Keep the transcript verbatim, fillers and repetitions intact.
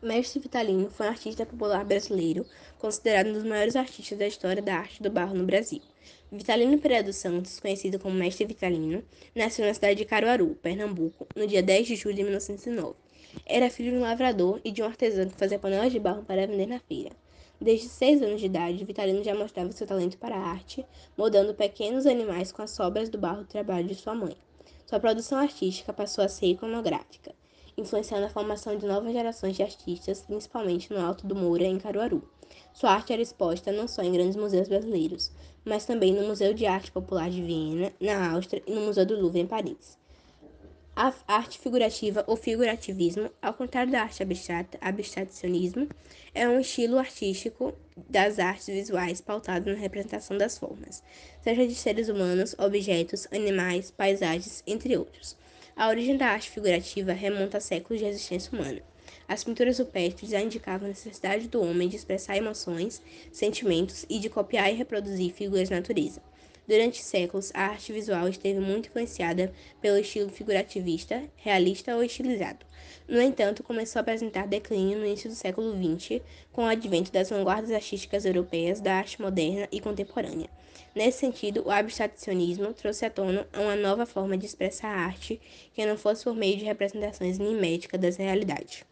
Mestre Vitalino foi um artista popular brasileiro, considerado um dos maiores artistas da história da arte do barro no Brasil. Vitalino Pereira dos Santos, conhecido como Mestre Vitalino, nasceu na cidade de Caruaru, Pernambuco, no dia dez de julho de mil novecentos e nove. Era filho de um lavrador e de um artesão que fazia panelas de barro para vender na feira. Desde seis anos de idade, Vitalino já mostrava seu talento para a arte, moldando pequenos animais com as sobras do barro do trabalho de sua mãe. Sua produção artística passou a ser iconográfica, influenciando a formação de novas gerações de artistas, principalmente no Alto do Moura, em Caruaru. Sua arte era exposta não só em grandes museus brasileiros, mas também no Museu de Arte Popular de Viena, na Áustria, e no Museu do Louvre, em Paris. A arte figurativa ou figurativismo, ao contrário da arte abstrata, abstracionismo, é um estilo artístico das artes visuais pautado na representação das formas, seja de seres humanos, objetos, animais, paisagens, entre outros. A origem da arte figurativa remonta a séculos de existência humana. As pinturas rupestres já indicavam a necessidade do homem de expressar emoções, sentimentos e de copiar e reproduzir figuras da natureza. Durante séculos, a arte visual esteve muito influenciada pelo estilo figurativista, realista ou estilizado. No entanto, começou a apresentar declínio no início do século vinte, com o advento das vanguardas artísticas europeias da arte moderna e contemporânea. Nesse sentido, o abstracionismo trouxe à tona uma nova forma de expressar a arte que não fosse por meio de representações miméticas das realidades.